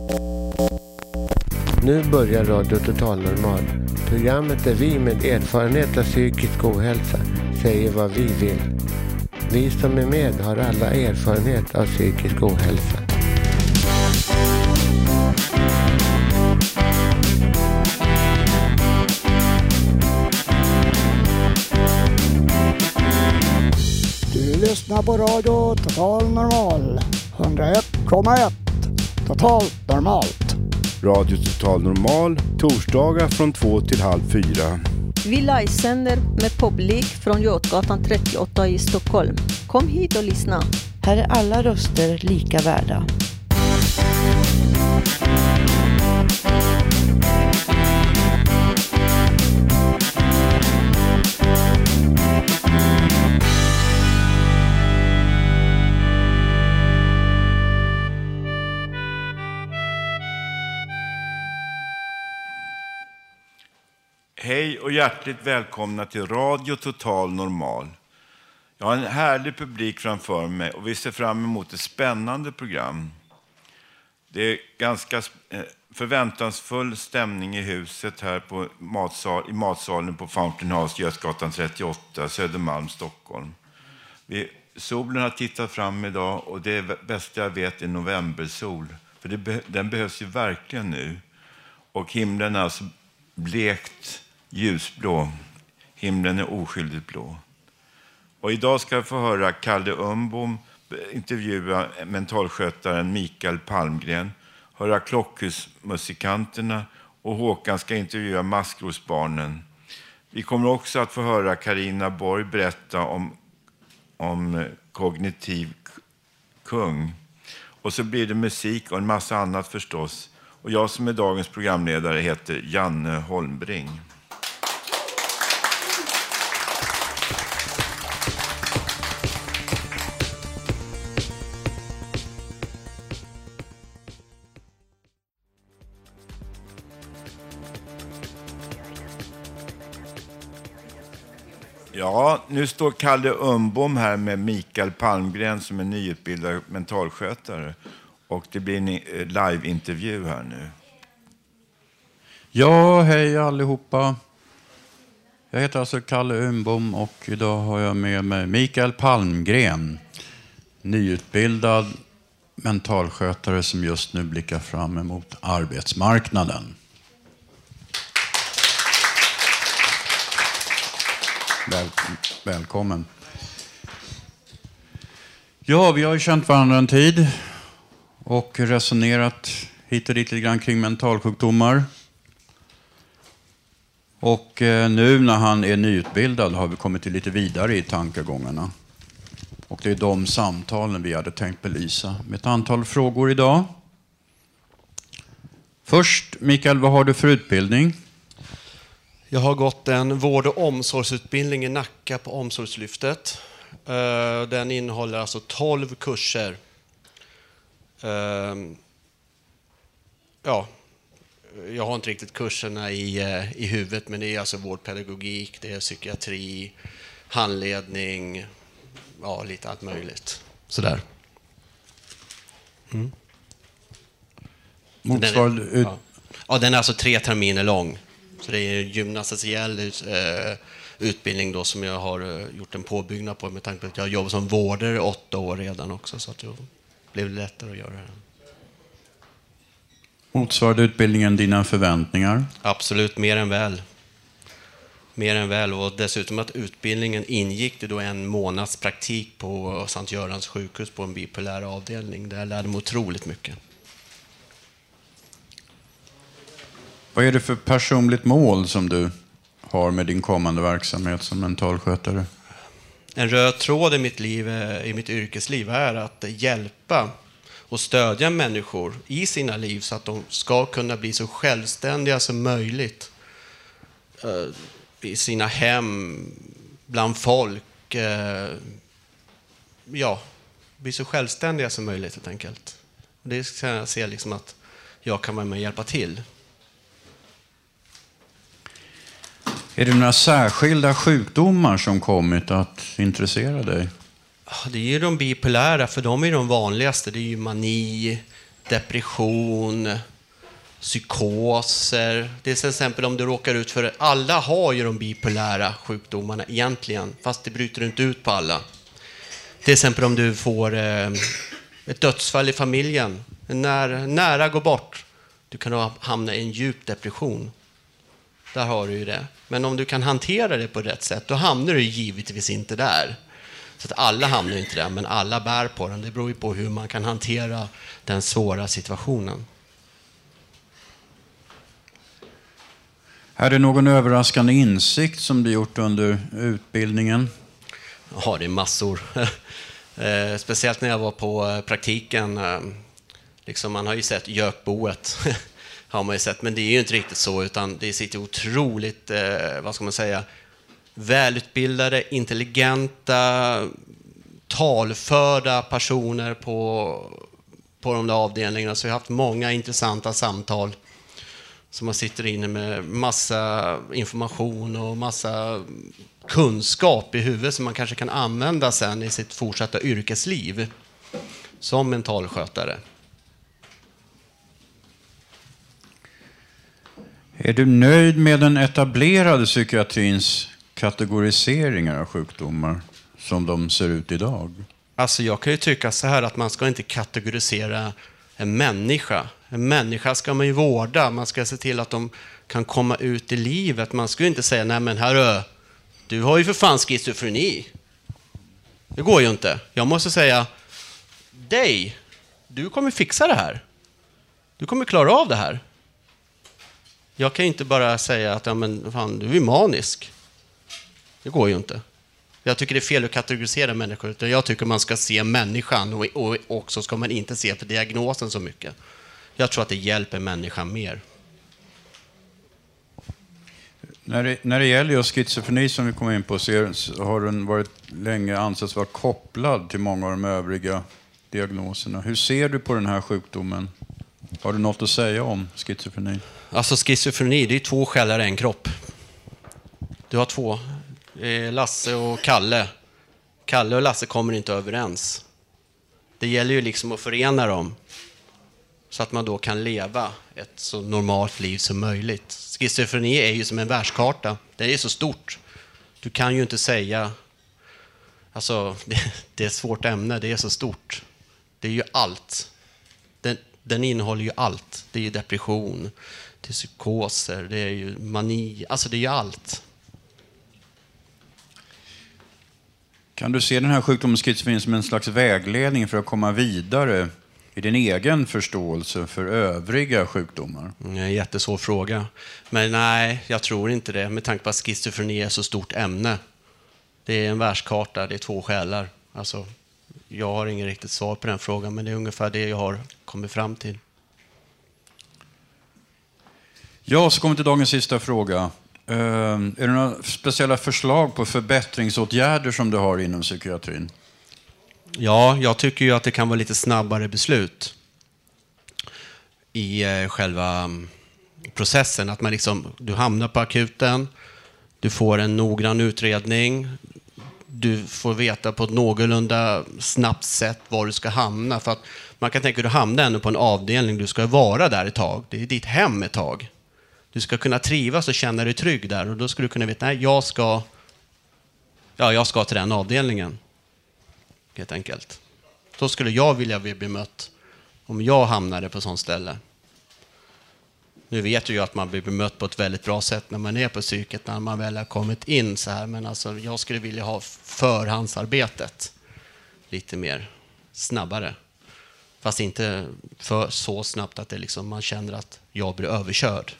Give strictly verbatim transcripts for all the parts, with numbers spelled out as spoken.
Nu börjar Radio Total Normal. Programmet där vi med erfarenhet av psykisk ohälsa säger vad vi vill. Vi som är med har alla erfarenhet av psykisk ohälsa. Du lyssnar på Radio Total Normal. hundraett komma ett. Totalt normalt. Radio Total Normal, torsdagar från två till halv fyra. Vi livesänder med publik från Götgatan trettioåtta i Stockholm. Kom hit och lyssna. Här är alla röster lika värda. Hej och hjärtligt välkomna till Radio Total Normal. Jag har en härlig publik framför mig och vi ser fram emot ett spännande program. Det är ganska förväntansfull stämning i huset här på matsal, i matsalen på Fountain House, Götgatan trettioåtta, Södermalm, Stockholm. Vi, solen har tittat fram idag och det bästa jag vet är novembersol. För det, den behövs ju verkligen nu. Och himlen är alltså blekt ljusblå. Himlen är oskyldigt blå. Och idag ska jag få höra Kalle Umbom intervjua mentalskötaren Mikael Palmgren, höra Klockhusmusikanterna och Håkan ska intervjua Maskrosbarnen. Vi kommer också att få höra Carina Borg berätta om, om kognitiv kung. Och så blir det musik och en massa annat förstås. Och jag som är dagens programledare heter Janne Holmbring. Ja, nu står Kalle Umbom här med Mikael Palmgren som är nyutbildad mentalskötare. Och det blir en live-intervju här nu. Ja, hej allihopa. Jag heter alltså Kalle Umbom och idag har jag med mig Mikael Palmgren. Nyutbildad mentalskötare som just nu blickar fram emot arbetsmarknaden. Väl, välkommen. Ja, vi har ju känt varandra en tid och resonerat hit och dit lite grann kring mentalsjukdomar. Och eh, nu när han är nyutbildad har vi kommit till lite vidare i tankegångarna. Och det är de samtalen vi hade tänkt belysa med ett antal frågor idag. Först, Mikael, vad har du för utbildning? Jag har gått en vård- och omsorgsutbildning i Nacka på Omsorgslyftet. Den innehåller alltså tolv kurser. Ja, jag har inte riktigt kurserna i, i huvudet, men det är alltså vårdpedagogik, det är psykiatri, handledning, ja, lite allt möjligt. Sådär. Mm. Motsvarande den är, ja. ja, den är alltså tre terminer lång. Så det är en gymnasial eh, utbildning då som jag har eh, gjort en påbyggnad på med tanke på att jag har jobbat som vårdare i åtta år redan också, så att det blev lättare att göra det. Motsvarade utbildningen dina förväntningar? Absolut, mer än väl. Mer än väl, och dessutom att utbildningen ingick det då en månads praktik på Sankt Görans sjukhus på en bipolär avdelning. Där lärde mig otroligt mycket. Vad är det för personligt mål som du har med din kommande verksamhet som mentalskötare? En röd tråd i mitt liv, i mitt yrkesliv är att hjälpa och stödja människor i sina liv så att de ska kunna bli så självständiga som möjligt i sina hem, bland folk. Ja, bli så självständiga som möjligt helt enkelt. Det kan jag se liksom att jag kan vara med och hjälpa till. Är det några särskilda sjukdomar som kommit att intressera dig? Det är ju de bipolära, för de är de vanligaste. Det är ju mani, depression, psykoser. Det är till exempel om du råkar ut för, alla har ju de bipolära sjukdomarna egentligen, fast det bryter inte ut på alla. Till exempel om du får eh, ett dödsfall i familjen, när nära går bort, du kan hamna i en djup depression. Där har du ju det. Men om du kan hantera det på rätt sätt, då hamnar du givetvis inte där. Så att alla hamnar inte där, men alla bär på den. Det beror ju på hur man kan hantera den svåra situationen. Är det någon överraskande insikt som du gjort under utbildningen? Ja, det är massor. eh, speciellt när jag var på praktiken. Eh, liksom man har ju sett Gökboet. har man ju sett, men det är ju inte riktigt så, utan det sitter otroligt, eh, vad ska man säga, välutbildade, intelligenta, talförda personer på, på de där avdelningarna. Så vi har haft många intressanta samtal. Så man sitter inne med massa information och massa kunskap i huvudet som man kanske kan använda sen i sitt fortsatta yrkesliv som mentalskötare. Är du nöjd med den etablerade psykiatrins kategoriseringar av sjukdomar som de ser ut idag? Alltså jag kan ju tycka så här att man ska inte kategorisera en människa. En människa ska man ju vårda. Man ska se till att de kan komma ut i livet. Man ska ju inte säga, nej men herre, du har ju för fan schizofreni. Det går ju inte. Jag måste säga, dig, du kommer fixa det här. Du kommer klara av det här. Jag kan inte bara säga att ja, men fan, du är manisk. Det går ju inte. Jag tycker det är fel att kategorisera människor. Utan jag tycker man ska se människan och, och också ska man inte se för diagnosen så mycket. Jag tror att det hjälper människan mer. När det, när det gäller just schizofreni som vi kommer in på, så, så har den varit länge ansetts vara kopplad till många av de övriga diagnoserna. Hur ser du på den här sjukdomen? Har du något att säga om schizofreni? Alltså schizofreni, det är två själar i en kropp. Du har två. Lasse och Kalle. Kalle och Lasse kommer inte överens. Det gäller ju liksom att förena dem. Så att man då kan leva ett så normalt liv som möjligt. Schizofreni är ju som en världskarta. Det är så stort. Du kan ju inte säga... Alltså, det, det är ett svårt ämne. Det är så stort. Det är ju allt. Den, den innehåller ju allt. Det är ju depression. Det är psykoser. Det är ju mani. Alltså det är ju allt. Kan du se den här sjukdomen schizofreni som en slags vägledning för att komma vidare i din egen förståelse för övriga sjukdomar? Det är en jättesvår fråga. Men nej, jag tror inte det. Med tanke på att schizofreni är ett så stort ämne. Det är en världskarta, det är två själar. Alltså, jag har ingen riktigt svar på den frågan, men det är ungefär det jag har kommit fram till. Ja, så kommer till dagens sista fråga. Uh, är det några speciella förslag på förbättringsåtgärder som du har inom psykiatrin? Ja, jag tycker ju att det kan vara lite snabbare beslut i eh, själva processen. Att man liksom, du hamnar på akuten, du får en noggrann utredning, du får veta på ett någorlunda snabbt sätt var du ska hamna. För att man kan tänka att du hamnar ännu på en avdelning, du ska vara där ett tag, det är ditt hem ett tag. Du ska kunna trivas och känna dig trygg där. Och då ska du kunna veta, nej, jag ska, ja, jag ska till den avdelningen. Helt enkelt. Då skulle jag vilja bli bemött om jag hamnade på sånt ställe. Nu vet du ju att man blir bemött på ett väldigt bra sätt när man är på psyket, när man väl har kommit in så här. Men alltså, jag skulle vilja ha förhandsarbetet lite mer snabbare. Fast inte för så snabbt att det liksom, man känner att jag blir överkörd.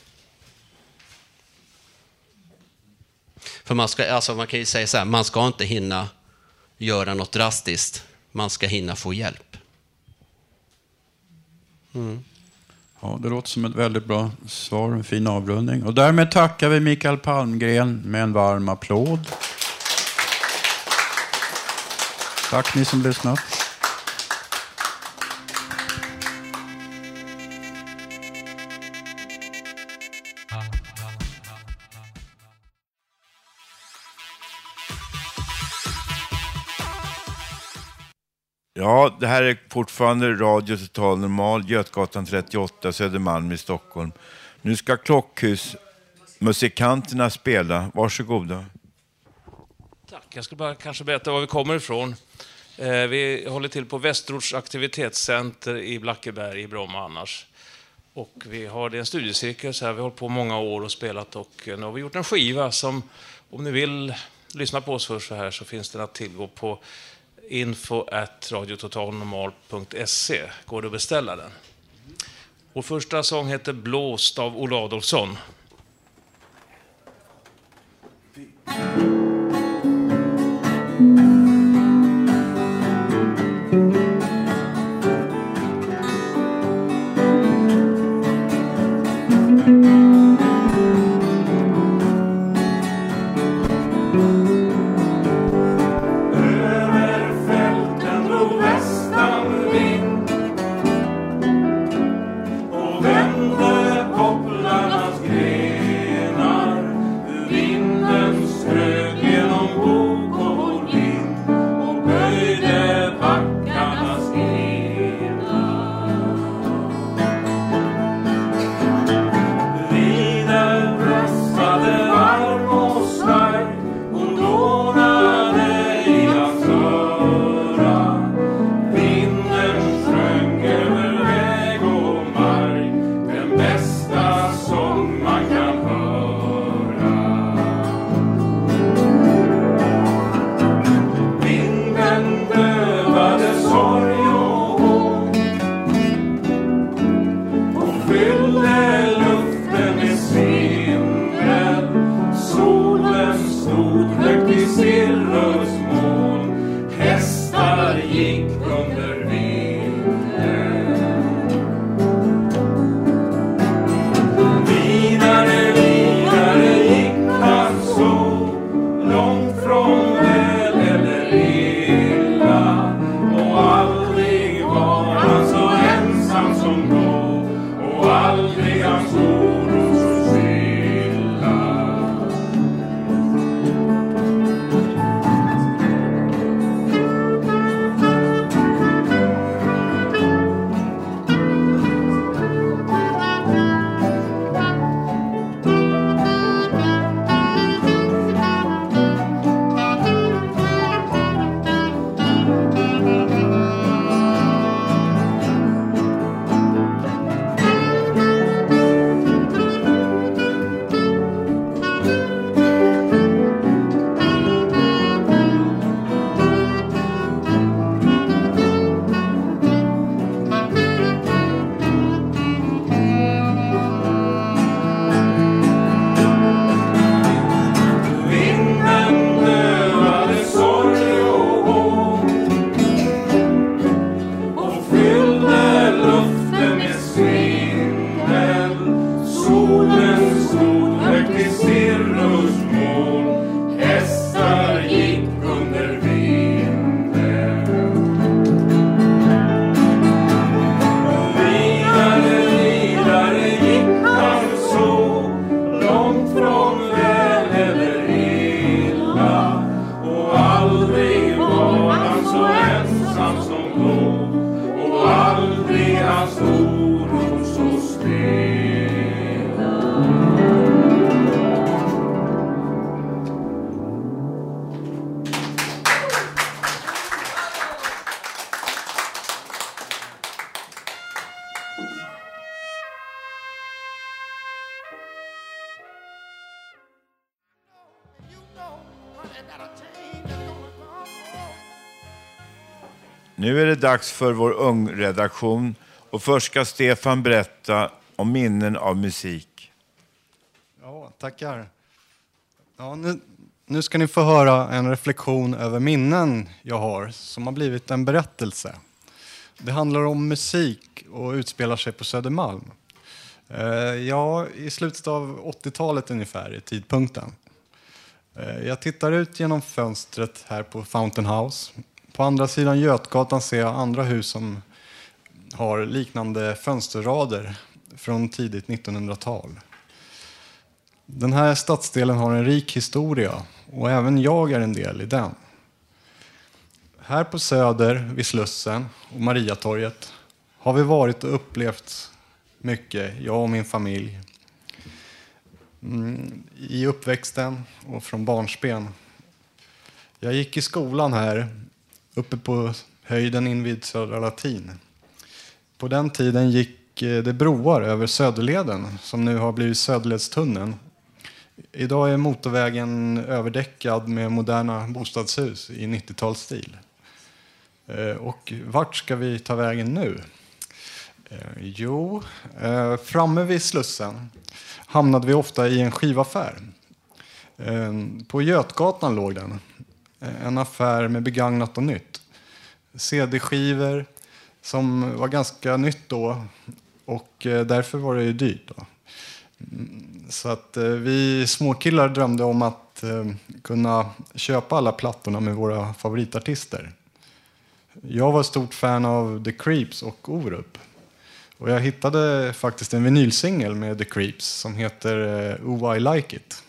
För man, ska, alltså man kan ju säga så här, man ska inte hinna göra något drastiskt. Man ska hinna få hjälp. Mm. Ja, det låter som ett väldigt bra svar, en fin avrundning. Och därmed tackar vi Mikael Palmgren med en varm applåd. Tack ni som lyssnat. Ja, det här är fortfarande Radio Total Normal, Götgatan trettioåtta, Södermalm i Stockholm. Nu ska Klockhus-musikanterna spela. Varsågoda. Tack. Jag ska bara kanske berätta var vi kommer ifrån. Eh, vi håller till på Västerorts aktivitetscenter i Blackeberg i Bromma annars. Och vi har det är en studiecirkel så här. Vi har hållit på många år och spelat och nu har vi gjort en skiva som, om ni vill lyssna på oss för så här, så finns den att tillgå på info at radiototalnormal punkt se. Går det att beställa den. Vår första sång heter Blåst av Olle Adolfsson. Nu är det dags för vår ungredaktion och först ska Stefan berätta om minnen av musik. Ja, tackar. Ja, nu, nu ska ni få höra en reflektion över minnen jag har som har blivit en berättelse. Det handlar om musik och utspelar sig på Södermalm. Eh, ja, i slutet av åttiotalet ungefär är tidpunkten. Eh, jag tittar ut genom fönstret här på Fountain House. På andra sidan Götgatan ser jag andra hus som har liknande fönsterrader från tidigt nittonhundratal. Den här stadsdelen har en rik historia och även jag är en del i den. Här på Söder, vid Slussen och Mariatorget har vi varit och upplevt mycket, jag och min familj. Mm, I uppväxten och från barnsben. Jag gick i skolan här, uppe på höjden invid Södra Latin. På den tiden gick det broar över Söderleden, som nu har blivit Söderledstunneln. Idag är motorvägen överdäckad med moderna bostadshus i nittiotalsstil. Och vart ska vi ta vägen nu? Jo, framme vid Slussen hamnade vi ofta i en skivaffär. På Götgatan låg den. En affär med begagnat och nytt. C D-skivor som var ganska nytt då, och därför var det ju dyrt då. Så att vi småkillar drömde om att kunna köpa alla plattorna med våra favoritartister. Jag var stort fan av The Creeps och Orup. Och jag hittade faktiskt en vinylsingel med The Creeps som heter Oh I Like It.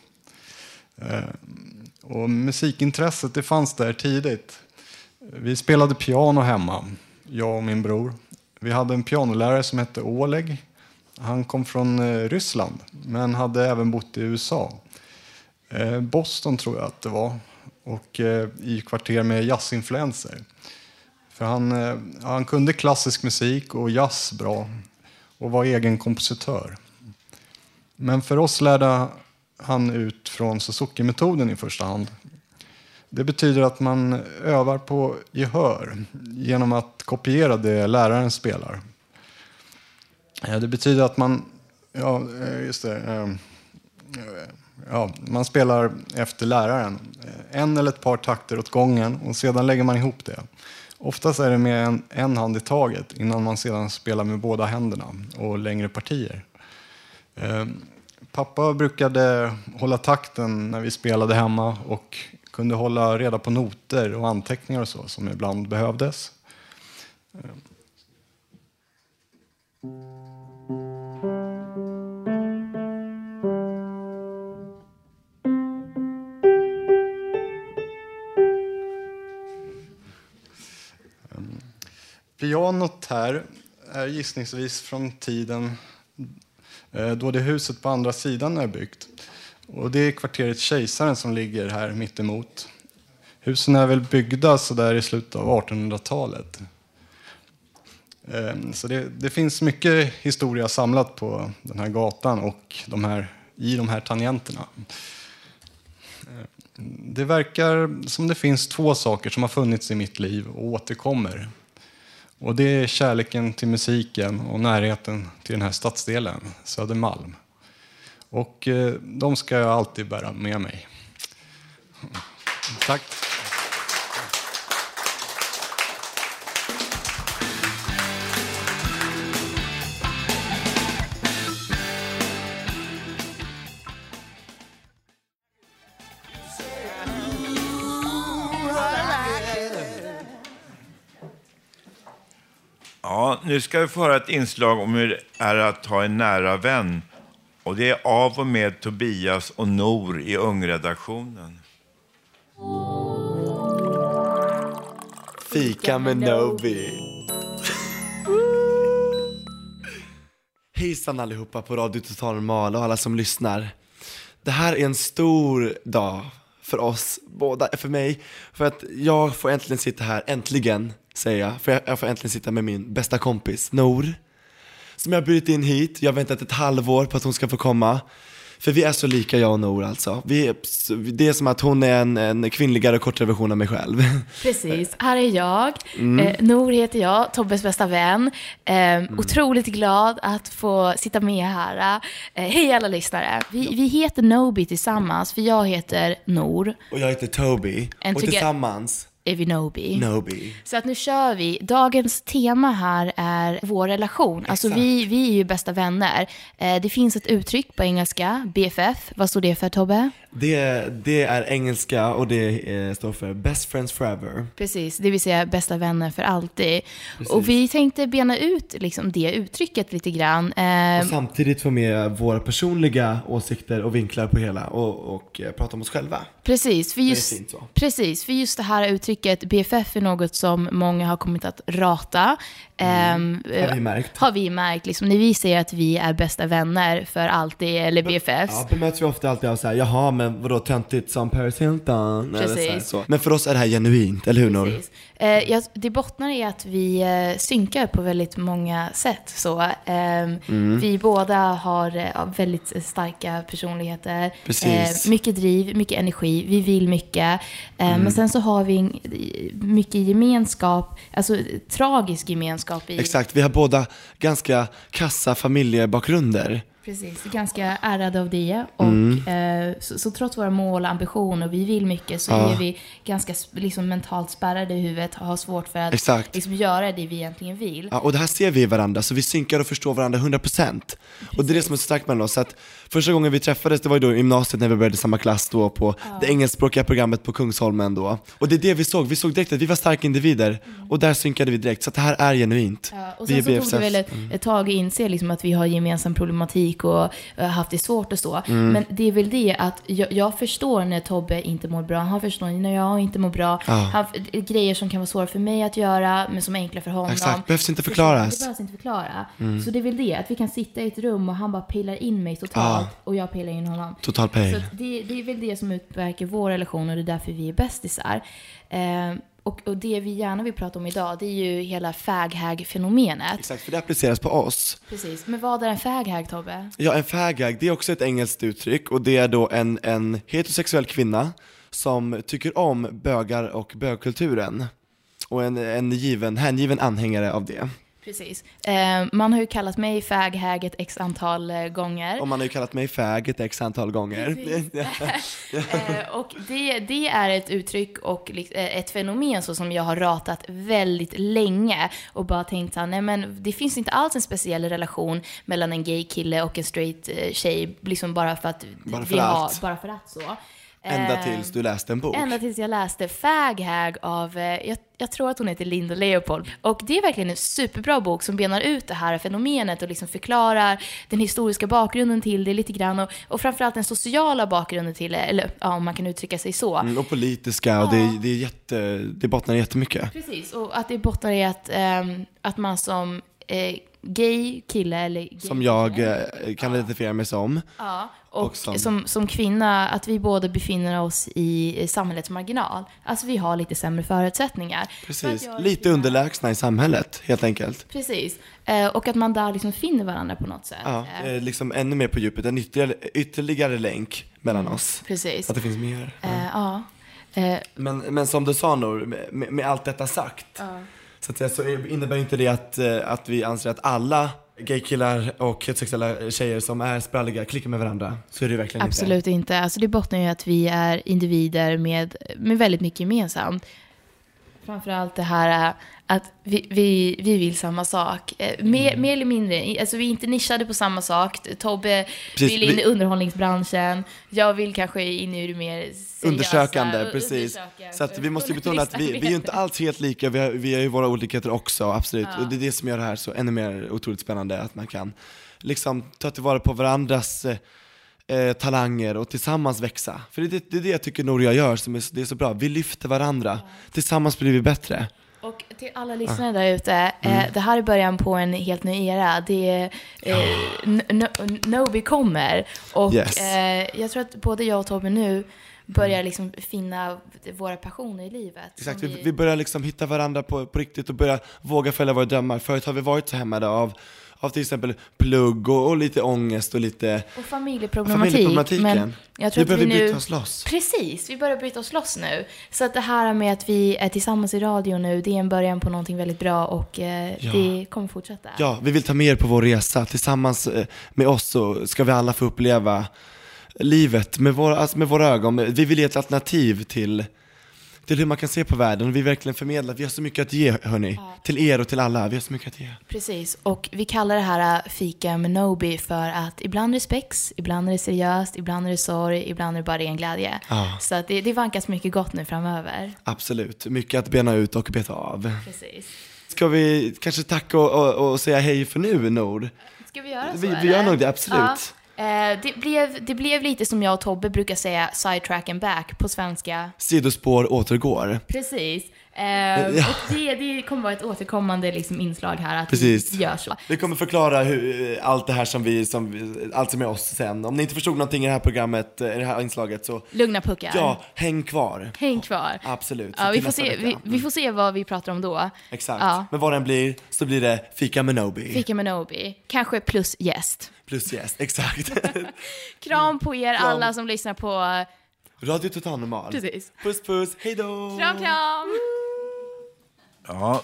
Och musikintresset det fanns där tidigt. Vi spelade piano hemma, jag och min bror. Vi hade en pianolärare som hette Oleg. Han kom från Ryssland men hade även bott i U S A. Boston tror jag att det var. Och i kvarter med jazzinfluenser. För han, han kunde klassisk musik och jazz bra och var egen kompositör. Men för oss lärde han ut från Suzuki-metoden i första hand. Det betyder att man övar på gehör genom att kopiera det läraren spelar. Det betyder att man, ja, just det, ja, man spelar efter läraren. En eller ett par takter åt gången och sedan lägger man ihop det. Oftast är det med en, en hand i taget innan man sedan spelar med båda händerna och längre partier. Eh, pappa brukade hålla takten när vi spelade hemma och kunde hålla reda på noter och anteckningar och så som ibland behövdes. Eh. Pianot här är gissningsvis från tiden då det huset på andra sidan är byggt. Och det är kvarteret Kejsaren som ligger här mitt emot. Husen är väl byggda så där i slutet av artonhundratalet. Så det, det finns mycket historia samlat på den här gatan och de här, i de här tangenterna. Det verkar som det finns två saker som har funnits i mitt liv och återkommer. Och det är kärleken till musiken och närheten till den här stadsdelen, Södermalm. Och eh, de ska jag alltid bära med mig. Tack. Ja, nu ska vi få höra ett inslag om hur det är att ha en nära vän. Och det är av och med Tobias och Nor i Ung-redaktionen. Fika med Nobi. Hejsan allihopa på Radio Total Normal och alla som lyssnar. Det här är en stor dag för oss båda, för mig. För att jag får äntligen sitta här, äntligen säger jag. För jag får äntligen sitta med min bästa kompis, Nor. Som jag har bjudit in hit. Jag har väntat ett halvår på att hon ska få komma. För vi är så lika, jag och Nor alltså. Vi är, det är som att hon är en, en kvinnligare och kortare version av mig själv. Precis, här är jag. Mm. Eh, Nor heter jag, Tobbes bästa vän. Eh, mm. Otroligt glad att få sitta med här. Eh, hej alla lyssnare. Vi, vi heter Nobi tillsammans, för jag heter Nor. Och jag heter Toby. And och tillsammans är vi Nobi. Nobi. Så att nu kör vi. Dagens tema här är vår relation. Exakt. Alltså vi, vi är ju bästa vänner. Eh, det finns ett uttryck på engelska, B F F. Vad står det för, Tobbe? Det, det är engelska och det eh, står för Best Friends Forever. Precis, det vill säga bästa vänner för alltid. Precis. Och vi tänkte bena ut liksom, det uttrycket lite grann. Eh, och samtidigt få med våra personliga åsikter och vinklar på hela och, och eh, prata om oss själva. Precis, för just, precis, för just det här uttrycket tycker att B F F är något som många har kommit att rata. Mm. Um, har vi märkt. Har vi märkt. Liksom, när vi säger att vi är bästa vänner för alltid, eller B F Fs. Ja, bemöts vi ofta alltid av så här, jaha, men vadå töntigt som Paris Hilton? Precis. Eller så här, så. Men för oss är det här genuint, eller hur, Nor? Precis. Eh, jag, det bottnar i att vi eh, synkar på väldigt många sätt. Så, eh, mm. Vi båda har eh, väldigt starka personligheter. Precis. Eh, mycket driv, mycket energi. Vi vill mycket. Eh, mm. Men sen så har vi mycket gemenskap, alltså tragisk gemenskap. I... Exakt, vi har båda ganska kassa familjebakgrunder. Precis, ganska ärrade av det. Och mm. eh, så, så trots våra mål och ambitioner och vi vill mycket, så ja. är vi ganska liksom, mentalt spärrade i huvudet och har svårt för att liksom, göra det vi egentligen vill. Ja, och det här ser vi i varandra, så vi synkar och förstår varandra hundra procent. Och det är det som är så starkt mellan oss. Att första gången vi träffades, det var ju då i gymnasiet när vi började samma klass då på ja. det engelskspråkiga programmet på Kungsholmen då. Och det är det vi såg, vi såg direkt att vi var starka individer mm. och där synkade vi direkt, så att det här är genuint. Ja, och sen vi så tog det väl ett, ett tag att inse liksom, att vi har gemensam problematik och uh, haft det svårt och så. Mm. Men det är väl det att jag, jag förstår när Tobbe inte mår bra, han förstår när jag inte mår bra. Ja. Han, grejer som kan vara svåra för mig att göra, men som är enkla för honom. Exakt, behövs inte förklaras. Det behövs inte förklara. Mm. Så det är väl det, att vi kan sitta i ett rum och han bara pillar in mig totalt. Ja. Och jag pillar in honom. Total pain. Så det, det är väl det som utverkar vår relation och det är därför vi är bästisar. Eh, och, och det vi gärna vill prata om idag, det är ju hela fag-hag-fenomenet. Exakt, för det appliceras på oss. Precis, men vad är en fag-hag, Tobbe? Ja, en fag-hag, det är också ett engelskt uttryck och det är då en, en heterosexuell kvinna som tycker om bögar och bögkulturen. Och en, en given, hängiven anhängare av det. Precis. Eh, man har ju kallat mig fag-hag ett x antal eh, gånger. Och man har ju kallat mig fag ett x antal gånger. eh, och det, det är ett uttryck och ett fenomen så som jag har ratat väldigt länge. Och bara tänkt att nej, men det finns inte alls en speciell relation mellan en gay kille och en straight eh, tjej. Liksom bara för att bara för vi att. har, bara för att så. Ända tills du läste en bok. Ända tills jag läste Fag-hag av, jag, jag tror att hon heter Linda Leopold. Och det är verkligen en superbra bok som benar ut det här fenomenet och liksom förklarar den historiska bakgrunden till det lite grann. Och, och framförallt den sociala bakgrunden till det, eller ja, om man kan uttrycka sig så. Mm, och politiska, ja. och det, det, är jätte, det bottnar jättemycket. Precis, och att det bottnar i att, um, att man som... Eh, gay kille eller gay som jag kille. kan identifiera mig som. Ja, och, och som... Som, som kvinna att vi båda befinner oss i samhällets marginal. Alltså vi har lite sämre förutsättningar. Precis, lite kvinna... underlägsna i samhället helt enkelt. Precis, eh, och att man där liksom finner varandra på något sätt. Ja, eh, liksom ännu mer på djupet, en ytterligare, ytterligare länk mellan mm, oss. Precis. Att det finns mer. Eh, ja. Eh. Men, men som du sa Nor, med, med allt detta sagt. Ja. Så, att, så innebär inte det att, att vi anser att alla gaykillar och heterosexuella tjejer som är spralliga klickar med varandra. Så är det verkligen absolut inte. Absolut inte. Alltså det bottnar ju att vi är individer med, med väldigt mycket gemensamt. Framförallt det här att vi, vi, vi vill samma sak. Mer, mm. mer eller mindre. Alltså vi är inte nischade på samma sak. Tobbe precis, vill in vi... i underhållningsbranschen. Jag vill kanske in i det mer seriösa. Undersökande, precis. Undersöka. Så att vi måste ju betona att vi, vi är inte alls helt lika. Vi har, vi har ju våra olikheter också, absolut. Ja. Och det är det som gör det här så ännu mer otroligt spännande. Att man kan liksom ta tillvara på varandras eh, talanger och tillsammans växa. För det, det är det jag tycker Nor och jag gör som är, det är så bra. Vi lyfter varandra. Ja. Tillsammans blir vi bättre. Och till alla lyssnare där ute, mm. eh, det här är början på en helt ny era. Det är eh, n- n- Nobi kommer. Och yes. eh, jag tror att både jag och Tobbe nu börjar liksom finna våra passioner i livet. Exakt, vi... vi börjar liksom hitta varandra på, på riktigt och börja våga följa våra drömmar. Förut har vi varit så hämmade av av till exempel plugg och, och lite ångest och lite och familjeproblematik. familjeproblematiken. Men jag tror vi börjar vi nu... bryta oss loss. Precis, vi börjar bryta oss loss nu. Så att det här med att vi är tillsammans i radio nu, det är en början på någonting väldigt bra och eh, ja. det kommer fortsätta. Ja, vi vill ta med er på vår resa. Tillsammans eh, med oss så ska vi alla få uppleva livet med våra, alltså med våra ögon. Vi vill ge ett alternativ till till hur man kan se på världen och vi verkligen förmedlar att vi har så mycket att ge, hörni. Ja. Till er och till alla, vi har så mycket att ge. Precis, och vi kallar det här fika med Nobi för att ibland är det spex, ibland är det seriöst, ibland är det sorg, ibland är det bara ren glädje. Ja. Så att det, det vankas mycket gott nu framöver. Absolut, mycket att bena ut och beta av. Precis. Ska vi kanske tacka och, och, och säga hej för nu, Nor? Ska vi göra så? Vi, vi gör nog det, absolut. Ja. Eh, det, blev, det blev lite som jag och Tobbe brukar säga, sidetrack and back på svenska. Sidospår återgår. Precis. Eh, ja. Och det, det kommer vara ett återkommande liksom, inslag här att Precis. vi gör så. Vi kommer förklara hur, allt det här som vi, som vi, allt som är oss sen. Om ni inte förstod någonting i det här programmet, i det här inslaget, så lugna puckar. Ja, häng kvar. Häng kvar. Absolut. Ja, vi, får se, vi, vi får se vad vi pratar om då. Exakt. Ja. Men vad den blir, så blir det Fika med Nobi. Fika med Nobi. Kanske plus gäst. Plus gäst, exakt. Kram på er Kram. alla som lyssnar på Radio Total Normal. Precis. Puss puss, hej då. Kram kram. Ja.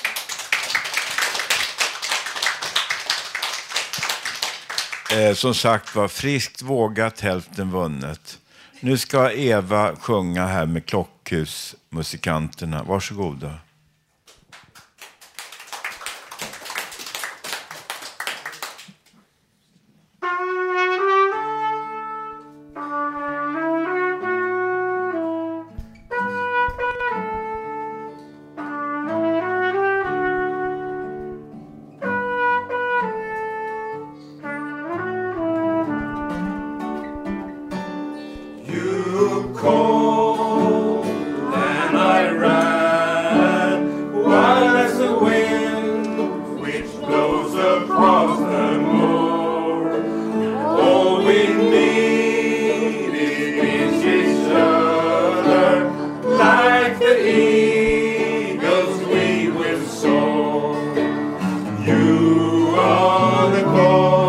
Eh, som sagt var, friskt vågat, hälften vunnet. Nu ska Eva sjunga här med Klockhusmusikanterna. Varsågoda.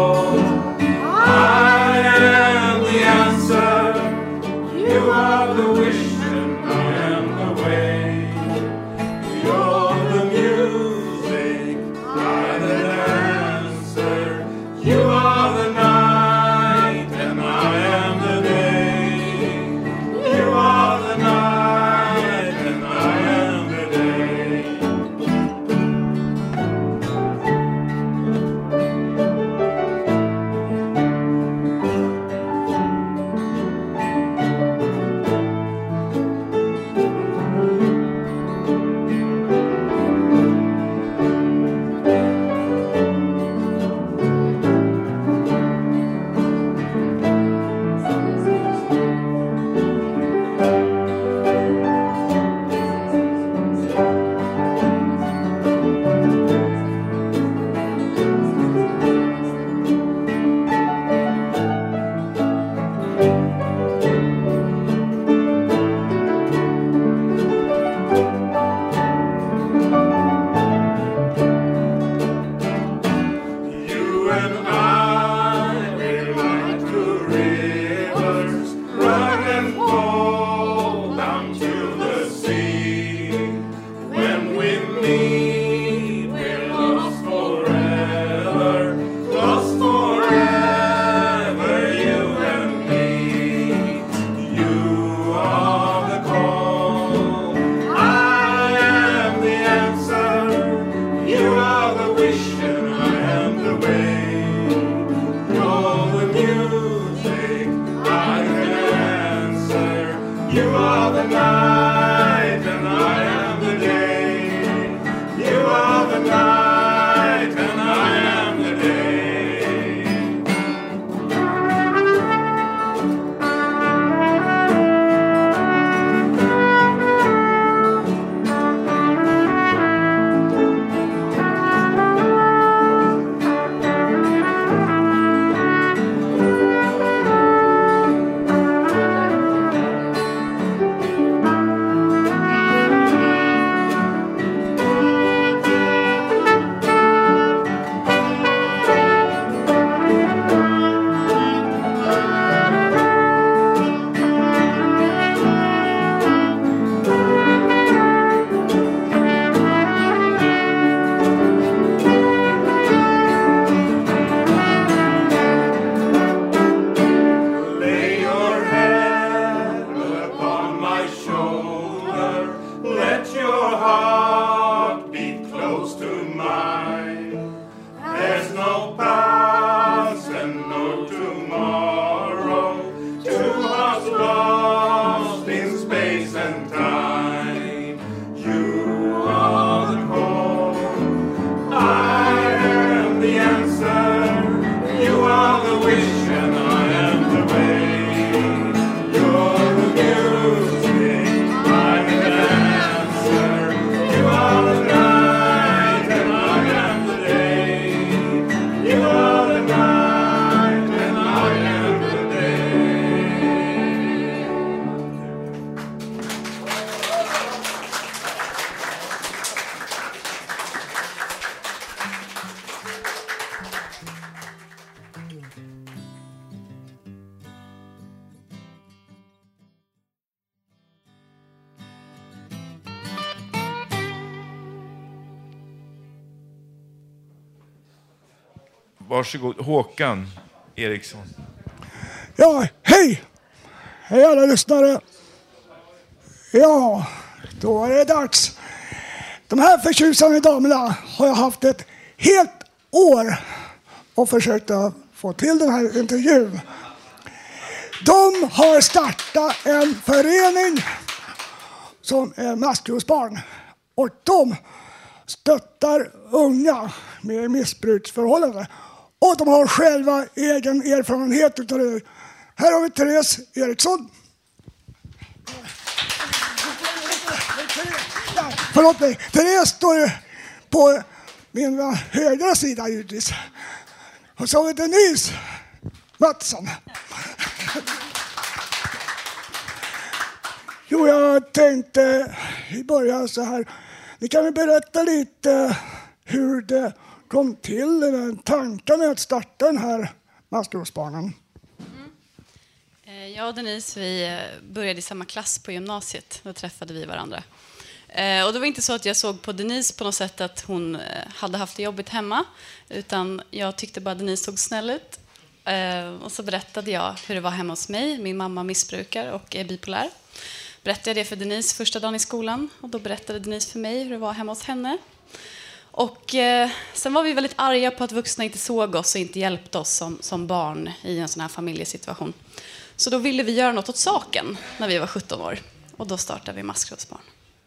You are the Varsågod, Håkan Eriksson. Ja, hej! Hej alla lyssnare. Ja, då är det dags. De här förtjusande damerna har jag haft ett helt år och försökt att få till den här intervjun. De har startat en förening som är maskrosbarn och de stöttar unga med missbruksförhållanden. Och de har själva egen erfarenhet utav det. Här har vi Therese Eriksson. Ja, förlåt mig. Therese står på min högra sida givetvis. Och så har vi Denise Mattsson. Jo, jag tänkte i början så här. Ni kan väl berätta lite hur det kom till den tanken med att starta den här maskrosbarnen. Mm. Jag och Denise, vi började i samma klass på gymnasiet. Då träffade vi varandra. Och det var inte så att jag såg på Denise på något sätt att hon hade haft det jobbigt hemma. Utan jag tyckte bara att Denise såg snäll ut. Och så berättade jag hur det var hemma hos mig. Min mamma missbrukar och är bipolär. Berättade jag det för Denise första dagen i skolan. Och då berättade Denise för mig hur det var hemma hos henne. Och eh, sen var vi väldigt arga på att vuxna inte såg oss och inte hjälpte oss som, som barn i en sån här familjesituation. Så då ville vi göra något åt saken när vi var sjutton år. Och då startade vi Maskrosbarn.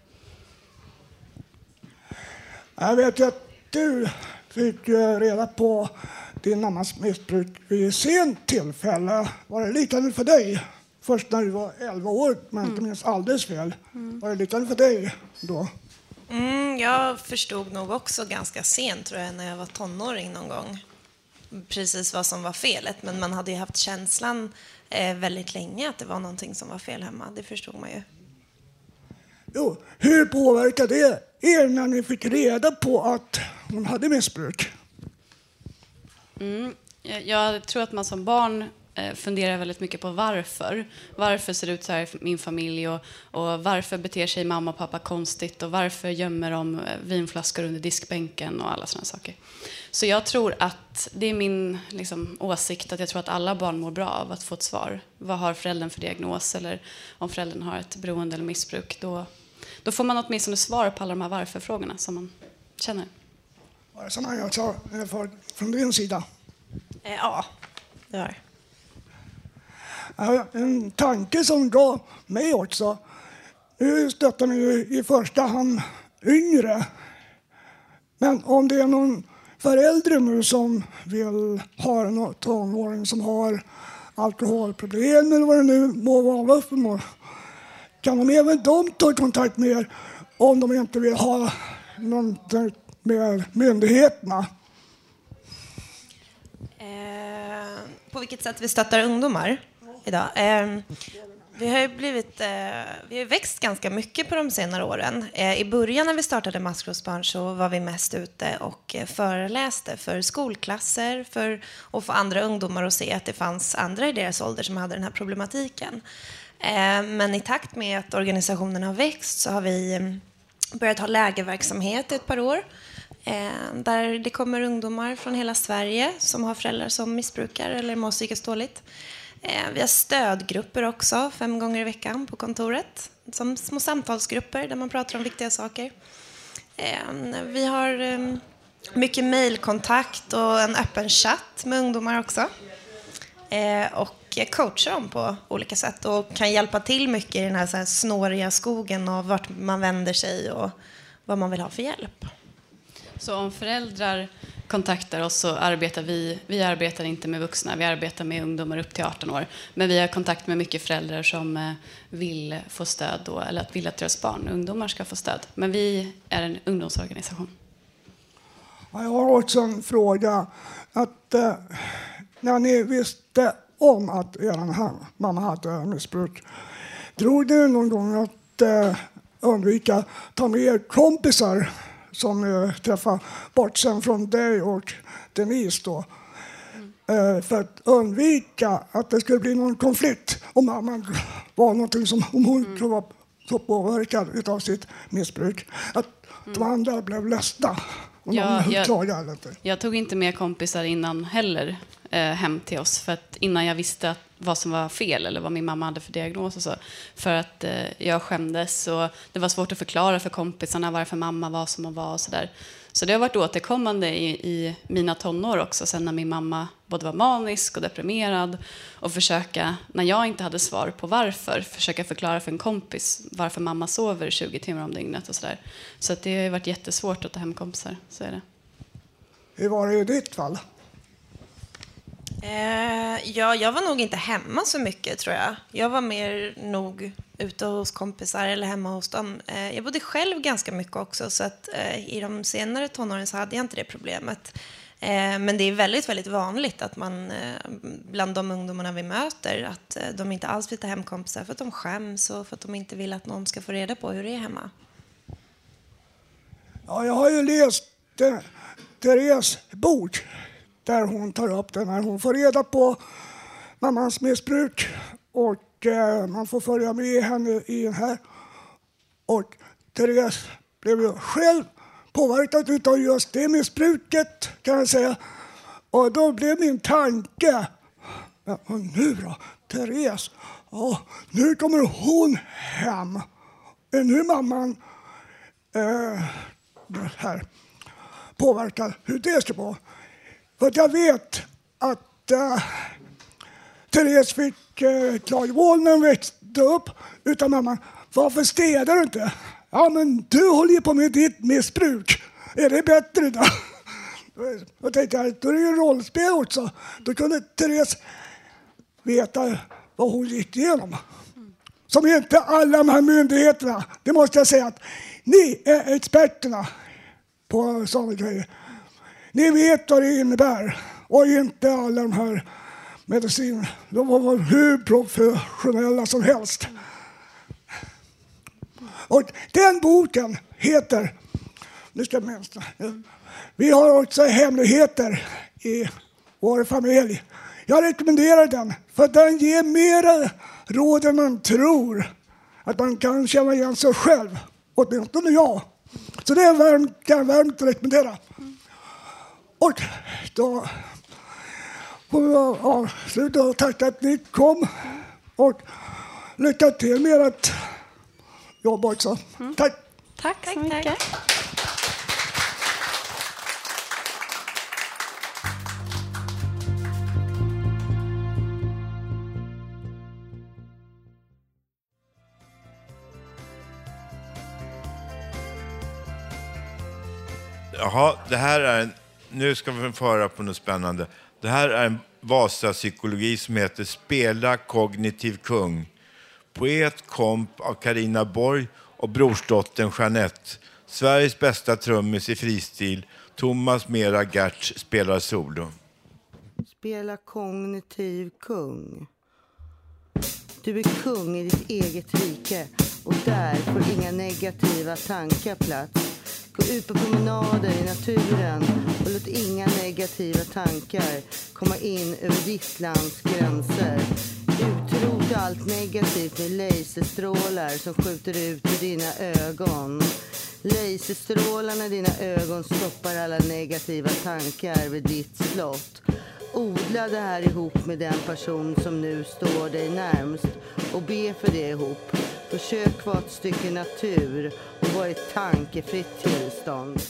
Jag vet ju att du fick reda på din mammas missbruk vid sent tillfälle. Var det likadant för dig? Först när du var elva år, men inte minst alldeles fel. Mm. Var det likadant för dig då? Mm, jag förstod nog också ganska sent, tror jag, när jag var tonåring någon gång. Precis vad som var felet. Men man hade ju haft känslan eh, väldigt länge att det var någonting som var fel hemma. Det förstod man ju. Jo, hur påverkade det er när ni fick reda på att hon hade missbruk? Mm, jag, jag tror att man som barn funderar väldigt mycket på varför. Varför ser det ut så här i min familj och, och varför beter sig mamma och pappa konstigt och varför gömmer de vinflaskor under diskbänken och alla sådana saker. Så jag tror att det är min liksom, åsikt att jag tror att alla barn mår bra av att få ett svar. Vad har föräldern för diagnos eller om föräldern har ett beroende eller missbruk, då, då får man åtminstone svar på alla de här varför-frågorna som man känner. Var det sådana jag sa från din sida? Eh, ja, det var en tanke som gav mig också. Nu stöttar ni ju i första hand yngre. Men om det är någon förälder nu som vill ha en tonåring som har alkoholproblem eller vad det nu må vara för må, kan de även de ta kontakt med er om de inte vill ha någonting med myndigheterna? Eh, på vilket sätt vi stöttar ungdomar idag? Eh, vi har ju blivit, eh, vi har växt ganska mycket på de senare åren. Eh, I början när vi startade Maskrosbarn så var vi mest ute och eh, föreläste för skolklasser för att få andra ungdomar att se att det fanns andra i deras ålder som hade den här problematiken. Eh, men i takt med att organisationen har växt så har vi eh, börjat ha lägerverksamhet i ett par år. Eh, där det kommer ungdomar från hela Sverige som har föräldrar som missbrukar eller mår psykiskt dåligt. Eh, vi har stödgrupper också fem gånger i veckan på kontoret. Som små samtalsgrupper där man pratar om viktiga saker. Eh, vi har eh, mycket mejlkontakt och en öppen chatt med ungdomar också. Eh, och coachar dem på olika sätt och kan hjälpa till mycket i den här, så här snåriga skogen och vart man vänder sig och vad man vill ha för hjälp. Så om föräldrar kontaktar oss så arbetar vi, vi arbetar inte med vuxna, vi arbetar med ungdomar upp till arton år. Men vi har kontakt med mycket föräldrar som vill få stöd då, eller att vill att deras barn och ungdomar ska få stöd. Men vi är en ungdomsorganisation. Jag har också en fråga. Att, eh, när ni visste om att er mamma hade missbruk, drog ni någon gång att eh, undvika ta med er kompisar som eh, träffar bort sen från dig och Denise då? Mm. Eh, för att undvika att det skulle bli någon konflikt om mamman var någonting som om hon mm. var så påverkad av sitt missbruk. Att mm. de andra blev ledsna. Ja, jag, jag tog inte med kompisar innan heller eh, hem till oss. För att innan jag visste att vad som var fel eller vad min mamma hade för diagnos och så. För att eh, jag skämdes och det var svårt att förklara för kompisarna varför mamma var som hon var och sådär. Så det har varit återkommande i, i mina tonår också. Sen när min mamma både var manisk och deprimerad. Och försöka, när jag inte hade svar på varför, försöka förklara för en kompis varför mamma sover tjugo timmar om dygnet och sådär. Så att det har varit jättesvårt att ta hem kompisar, så är det. Hur var det i ditt fall? Eh, ja, jag var nog inte hemma så mycket tror jag. Jag var mer nog ute hos kompisar eller hemma hos dem. Eh, jag bodde själv ganska mycket också så att eh, i de senare tonåren så hade jag inte det problemet. Eh, men det är väldigt, väldigt vanligt att man eh, bland de ungdomarna vi möter att eh, de inte alls vill ta hem kompisar för att de skäms och för att de inte vill att någon ska få reda på hur det är hemma. Ja, jag har ju läst eh, Therese bok där hon tar upp det när hon får reda på mammans missbruk och eh, man får följa med henne i den här. Och Therese blev ju själv påverkad av just det missbruket kan jag säga. Och då blev min tanke, ja, nu då, Therese, ja, nu kommer hon hem. Är nu mamman eh, här påverkad hur det ska vara. För att jag vet att äh, Therese fick äh, klagomål när hon växte upp utan mamma. Varför städar du inte? Ja, men du håller ju på med ditt missbruk. Är det bättre då? Jag tänkte jag, då är det ju rollspel också. Då kunde Therese veta vad hon gick igenom. Som inte alla de här myndigheterna. Det måste jag säga att ni är experterna på sådana grejer. Ni vet vad det innebär. Och inte alla de här medicin. De var hur professionella som helst. Och den boken heter, nu ska jag minst, vi har också hemligheter i vår familj. Jag rekommenderar den för den ger mer råd än man tror. Att man kan känna igen sig själv. Åtminstone jag. Så det är varmt, kan jag varmt rekommendera. Och då får vi avsluta och tacka att ni kom. Och lycka till med ert jobb också. Mm. Tack. Tack så mycket. Tack. Jaha, det här är en, nu ska vi få höra på något spännande. Det här är en Vasa-psykologi som heter Spela kognitiv kung. Poet, komp av Carina Borg och brorsdottern Jeanette. Sveriges bästa trummis i fristil. Thomas Mera Gertz spelar solo. Spela kognitiv kung. Du är kung i ditt eget rike och där får inga negativa tankar plats. Gå ut på promenader i naturen och låt inga negativa tankar komma in över ditt lands gränser. Utrota allt negativt med laserstrålar som skjuter ut ur dina ögon. Laserstrålarna i dina ögon stoppar alla negativa tankar vid ditt slott. Odla det här ihop med den person som nu står dig närmst och be för det ihop. Försök vara ett stycke natur och vara i ett tankefritt tillstånd.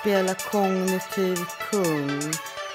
spela kognitiv kung.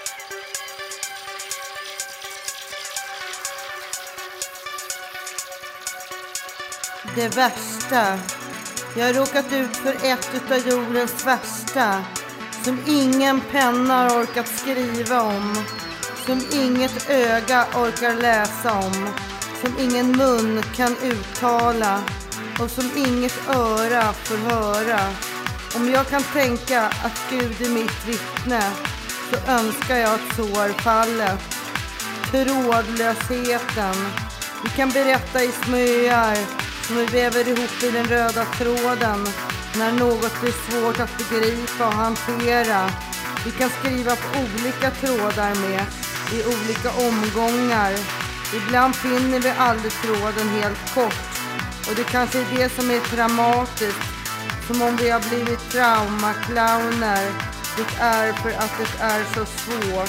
Det värsta. Jag har råkat ut för ett utav jordens värsta. Som ingen penna har orkat skriva om. Som inget öga orkar läsa om. Som ingen mun kan uttala. Och som inget öra får höra. Om jag kan tänka att Gud är mitt vittne, så önskar jag att så är fallet. Trådlösheten. Vi kan berätta i smöar som vi väver ihop i den röda tråden. När något blir svårt att begripa och hantera. Vi kan skriva på olika trådar med, i olika omgångar. Ibland finner vi aldrig tråden helt kort. Och det kanske är det som är traumatiskt. Som om vi har blivit traumaklauner. Det är för att det är så svårt.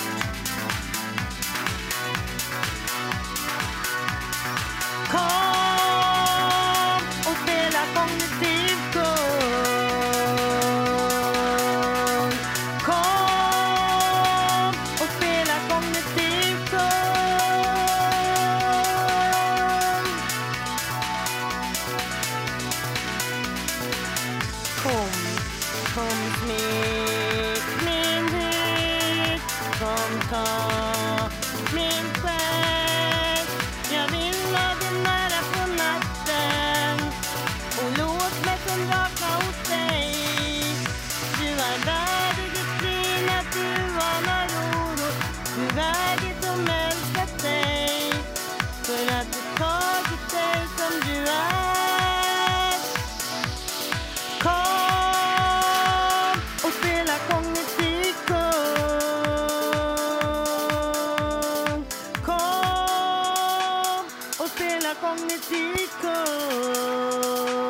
Kom och spela kognitiv kung. Kom och spela kognitiv kung. Kom, kom smek min hud. Kom ta min själ. Jag vill ha dig nära på natten. Och låt mig som vakna hos dig. Du är värdig ditt fri att du anar oro. Du är det som älskat dig. För att du tagit dig som du är. Kom och spela kognitiv kung. Kom och spela kognitiv kung.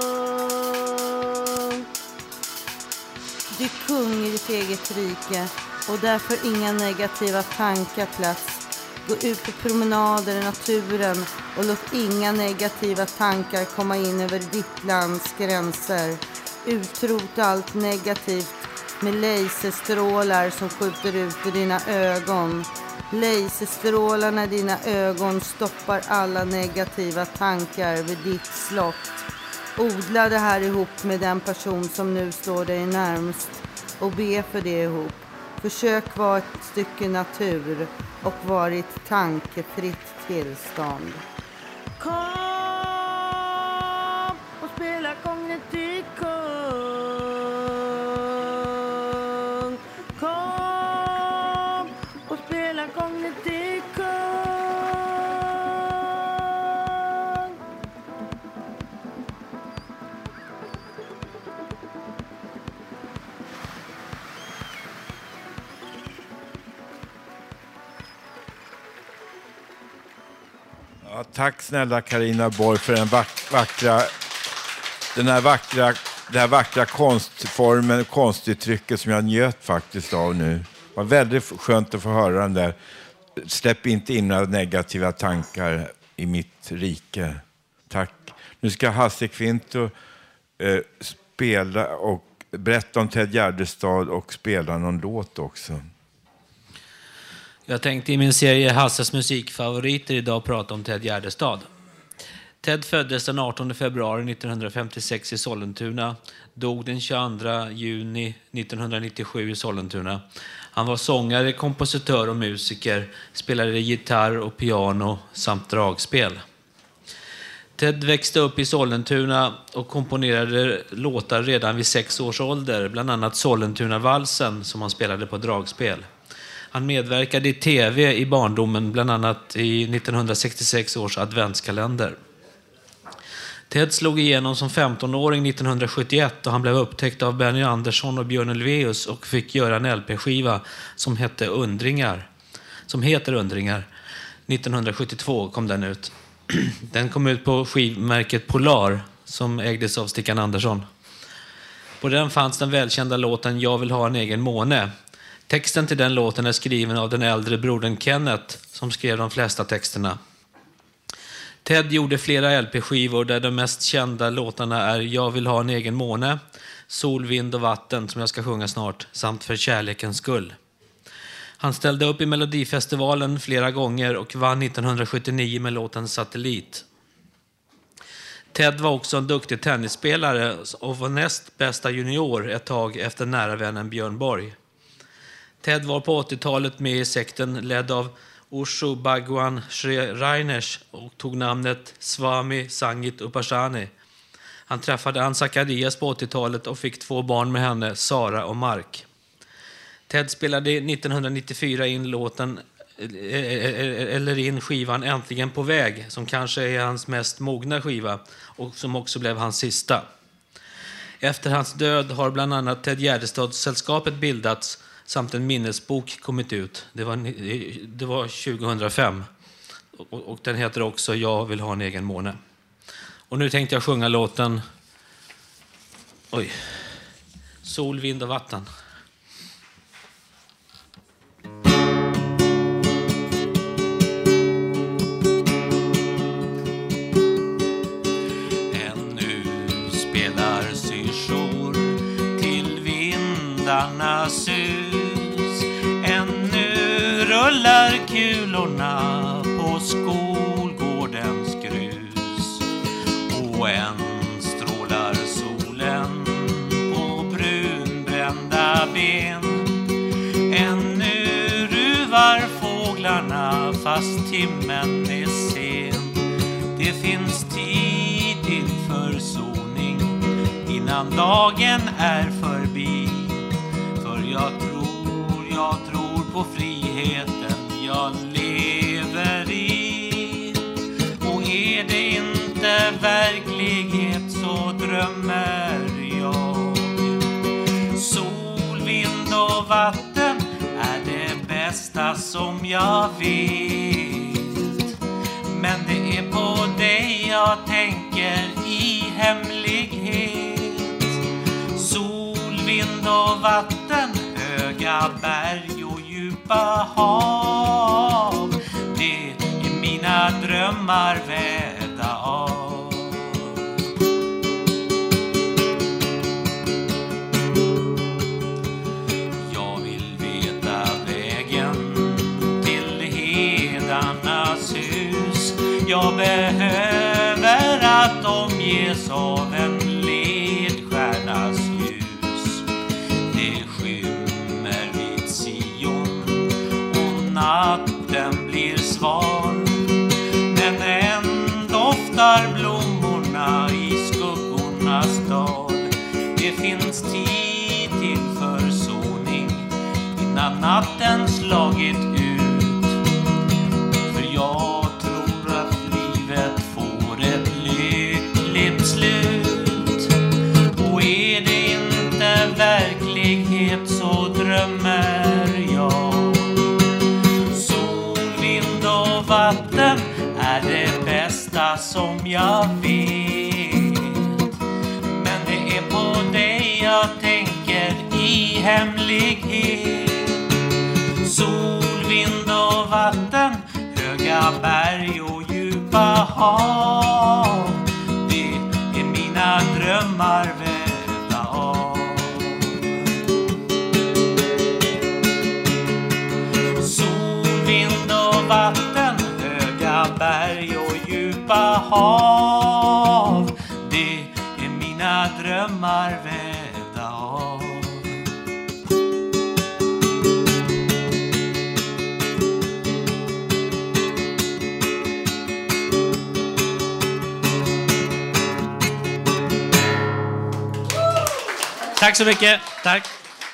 Du är kung i ditt eget rike och därför inga negativa tankar plats. Gå ut på promenader i naturen och låt inga negativa tankar komma in över ditt lands gränser. Utrota allt negativt med laserstrålar som skjuter ut i dina ögon. Laserstrålarna i dina ögon stoppar alla negativa tankar vid ditt slott. Odla det här ihop med den person som nu står dig närmst och be för det ihop. Försök vara ett stycke natur och vara i ett tankefritt tillstånd. Kom och spela kognitiv kung. Kom och spela kognitiv kung. Ja, tack snälla Carina Borg för den vack- vackra, den här vackra, den här vackra konstformen och konstuttrycket som jag njöt faktiskt av nu. Det var väldigt skönt att få höra den där. Släpp inte in några negativa tankar i mitt rike. Tack. Nu ska Hasse Kvinto eh, spela och berätta om Ted Gärdestad och spela någon låt också. Jag tänkte i min serie Hasses musikfavoriter idag prata om Ted Gärdestad. Ted föddes den artonde februari nittonhundrafemtiosex i Sollentuna, dog den tjugoandra juni nittonhundranittiosju i Sollentuna. Han var sångare, kompositör och musiker, spelade gitarr och piano samt dragspel. Ted växte upp i Sollentuna och komponerade låtar redan vid sex års ålder, bland annat Sollentuna-valsen som han spelade på dragspel. Han medverkade i tv i barndomen, bland annat i nittonhundrasextiosex års adventskalender. Ted slog igenom som femtonåring nittonhundrasjuttioett och han blev upptäckt av Benny Andersson och Björn Ulvaeus och fick göra en L P-skiva som hette Undringar. Som heter Undringar. nittonhundrasjuttiotvå kom den ut. Den kom ut på skivmärket Polar som ägdes av Stickan Andersson. På den fanns den välkända låten Jag vill ha en egen måne. Texten till den låten är skriven av den äldre brodern Kenneth som skrev de flesta texterna. Ted gjorde flera L P-skivor där de mest kända låtarna är Jag vill ha en egen måne, Sol, vind och vatten som jag ska sjunga snart, samt För kärlekens skull. Han ställde upp i Melodifestivalen flera gånger och vann nittonhundrasjuttionio med låten Satellit. Ted var också en duktig tennisspelare och var näst bästa junior ett tag efter nära vännen Björn Borg. Ted var på åttiotalet med i sekten ledd av Osho Bhagwan Shriners och tog namnet Swami Sangit Upashani. Han träffade Ann Zacharias på åttiotalet och fick två barn med henne, Sara och Mark. Ted spelade nittonhundranittiofyra in låten eller in skivan Äntligen på väg, som kanske är hans mest mogna skiva och som också blev hans sista. Efter hans död har bland annat Ted Gärdestadssällskapet bildats samt en minnesbok kommit ut. Det var, det var tjugohundrafem och, och den heter också Jag vill ha en egen måne. Och nu tänkte jag sjunga låten Oj. Sol, vind och vatten. Vindarnas sus. Ännu rullar kulorna på skolgårdens grus. Och än strålar solen på brunbrända ben. Ännu ruvar fåglarna fast timmen är sen. Det finns tid till försoning innan dagen är förbi. För jag tror, jag tror på friheten jag lever i. Och är det inte verklighet så drömmer jag. Sol, vind och vatten är det bästa som jag vet. Men det är på dig jag tänker i hemlighet. Sol, vind och vatten, höga berg och djupa hav. Det är mina drömmar vävda av. Jag vill veta vägen till hedarnas hus. Jag behöver att omges av en ledstjärnas ljus. Det skymmer vid Sion och natten blir sval. Men än doftar blommorna i skuggornas dal. Det finns tid till försoning innan natten slagit ut. För jag tror att livet får ett lyckligt slut. Och är det inte verklighet så drömmer jag. Sol, vind och vatten är det bästa som jag vet. Men det är på dig jag tänker i hemlighet. Sol, vind och vatten, höga berg och djupa hav. Det är mina drömmar vävda av. Sol, vind och vatten, höga berg och djupa hav. Det är mina drömmar vävda av. Tack så mycket. Tack.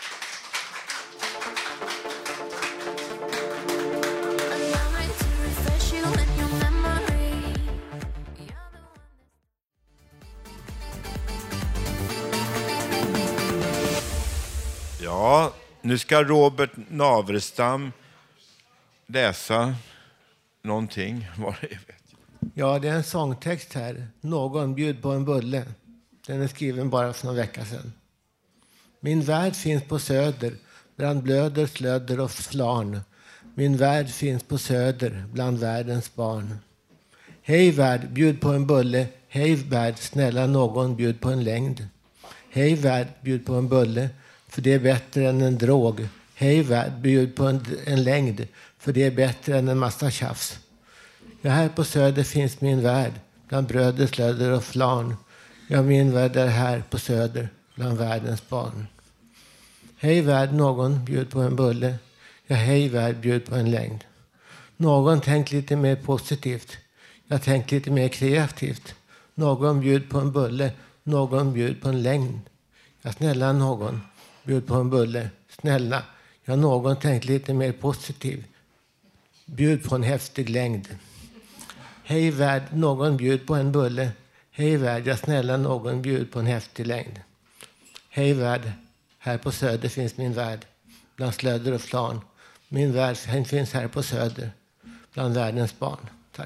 Ja, nu ska Robert Naverstam läsa någonting. Vad det är, vet jag. Ja, det är en sångtext här. Någon bjud på en bulle. Den är skriven bara för några veckor sedan. Min värld finns på söder, bland blöder, slöder och slarn. Min värld finns på söder, bland världens barn. Hej värld, bjud på en bulle. Hej värld, snälla någon bjud på en längd. Hej värld, bjud på en bulle, för det är bättre än en drog. Hej värld, bjud på en, en längd, för det är bättre än en massa tjafs. Ja, här på Söder finns min värld, bland bröder, slöder och flarn. Ja, min värld är här på Söder, bland världens barn. Hej värld, någon bjud på en bulle. Ja, hej värld, bjud på en längd. Någon tänk lite mer positivt. Jag tänk lite mer kreativt. Någon bjud på en bulle, någon bjud på en längd. Ja, snälla någon, bjud på en bulle. Snälla, ja, någon tänk lite mer positiv. Bjud på en häftig längd. Hej värld, någon bjud på en bulle. Hej värld, ja, snälla någon bjud på en häftig längd. Hej värld, här på Söder finns min värld, bland slöder och flarn. Min värld finns här på Söder, bland världens barn. Tack.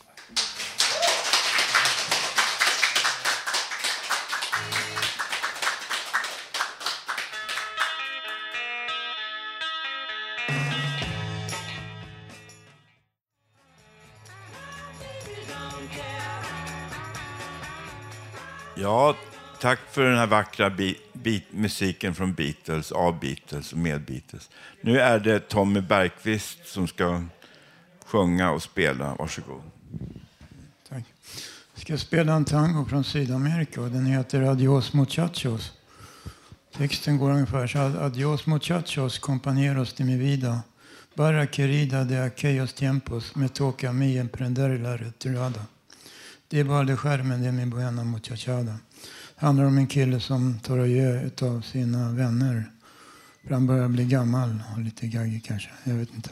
Ja, tack för den här vackra beat, beat, musiken från Beatles, av Beatles och med Beatles. Nu är det Tommy Bergqvist som ska sjunga och spela. Varsågod. Tack. Jag ska spela en tango från Sydamerika och den heter Adios Muchachos. Texten går ungefär så här. Adios Muchachos, compañeros de mi vida. Barra querida de aquellos tiempos, me toca a mí emprender la retirada. Det är bara det skärmen, det är min buena muchachada. Det handlar om en kille som tar adjö av sina vänner. För han börjar bli gammal och lite gaggig kanske, jag vet inte.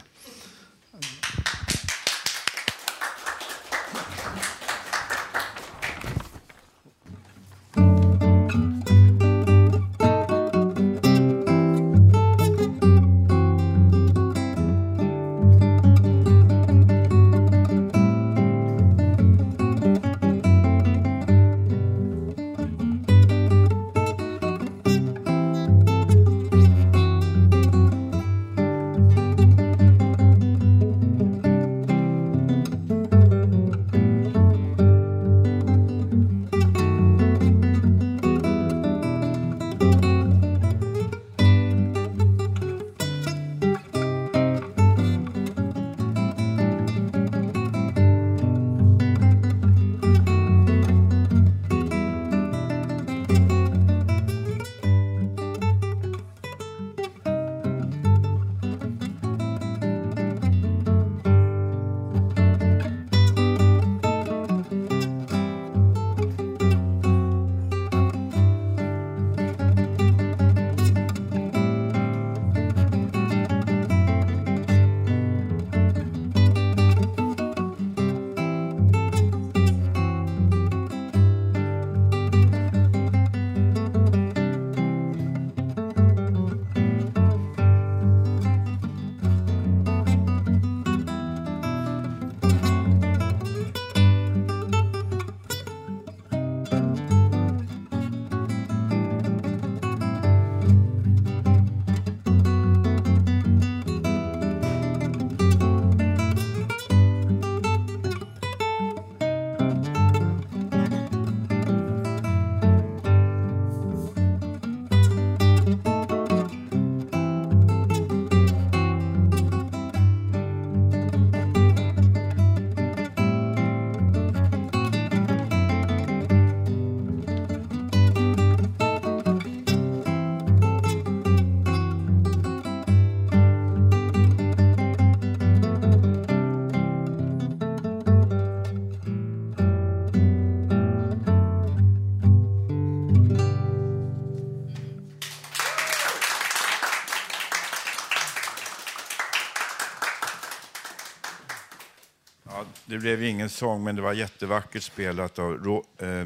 Det blev ingen sång, men det var jättevackert spelat av Ro, eh,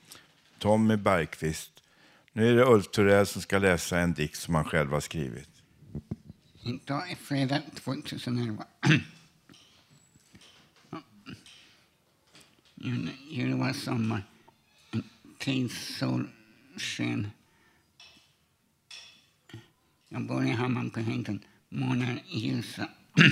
Tommy Bergqvist. Nu är det Ulf Torell som ska läsa en dikt som han själv har skrivit. Idag är fredag tjugohundraelva. Juli var sommar. En tidssolsken. Jag bor i Hammar på Hängton. Månaden ljusa.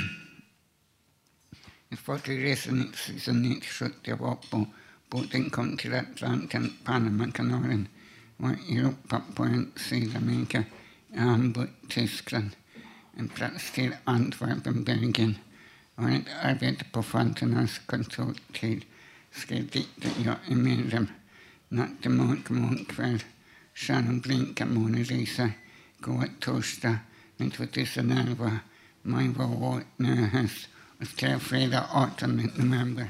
Jag fartygresan nittonhundrasjuttio. Jag var på båten kom till Atlanten, Panamakanalen. var i Europa på en Sydamerika, i Hamburg, Tyskland, en plats till Antwerpen, Belgien. Jag har ett arbete på Fanternas kontortid. Skrev dikter, jag är medlem. Natt, mörk, mörk kväll. Stjärnor blinkar, Mona Lisa. Går torsdag, men tjugohundraelva. Maj var vår, nu är höst. Och skrev fredag artonde november.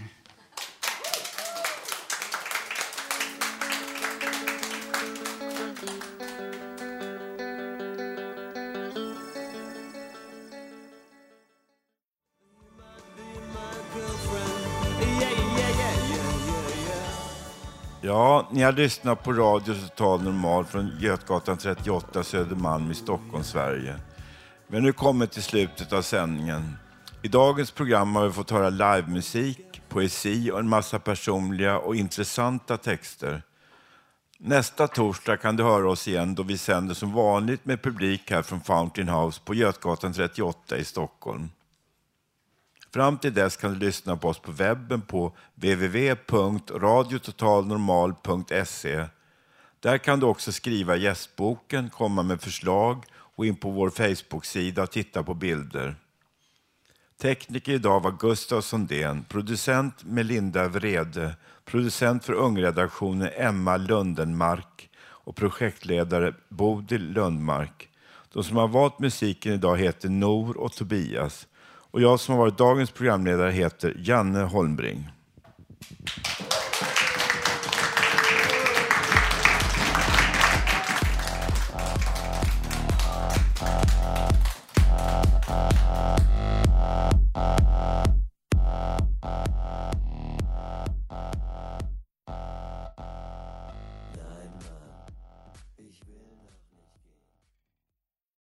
Ja, ni har lyssnat på Radio Total Normal från Götgatan trettioåtta, Södermalm i Stockholm, Sverige. Vi har nu kommit till slutet av sändningen. I dagens program har vi fått höra livemusik, poesi och en massa personliga och intressanta texter. Nästa torsdag kan du höra oss igen då vi sänder som vanligt med publik här från Fountain House på Götgatan trettioåtta i Stockholm. Fram till dess kan du lyssna på oss på webben på w w w punkt radio total normal punkt se. Där kan du också skriva gästboken, komma med förslag och in på vår Facebook-sida och titta på bilder. Tekniker idag var Gustav Sondén, producent Melinda Vrede, producent för Ungredaktionen Emma Lundenmark och projektledare Bodil Lundmark. De som har valt musiken idag heter Nor och Tobias. Och jag som har varit dagens programledare heter Janne Holmbring.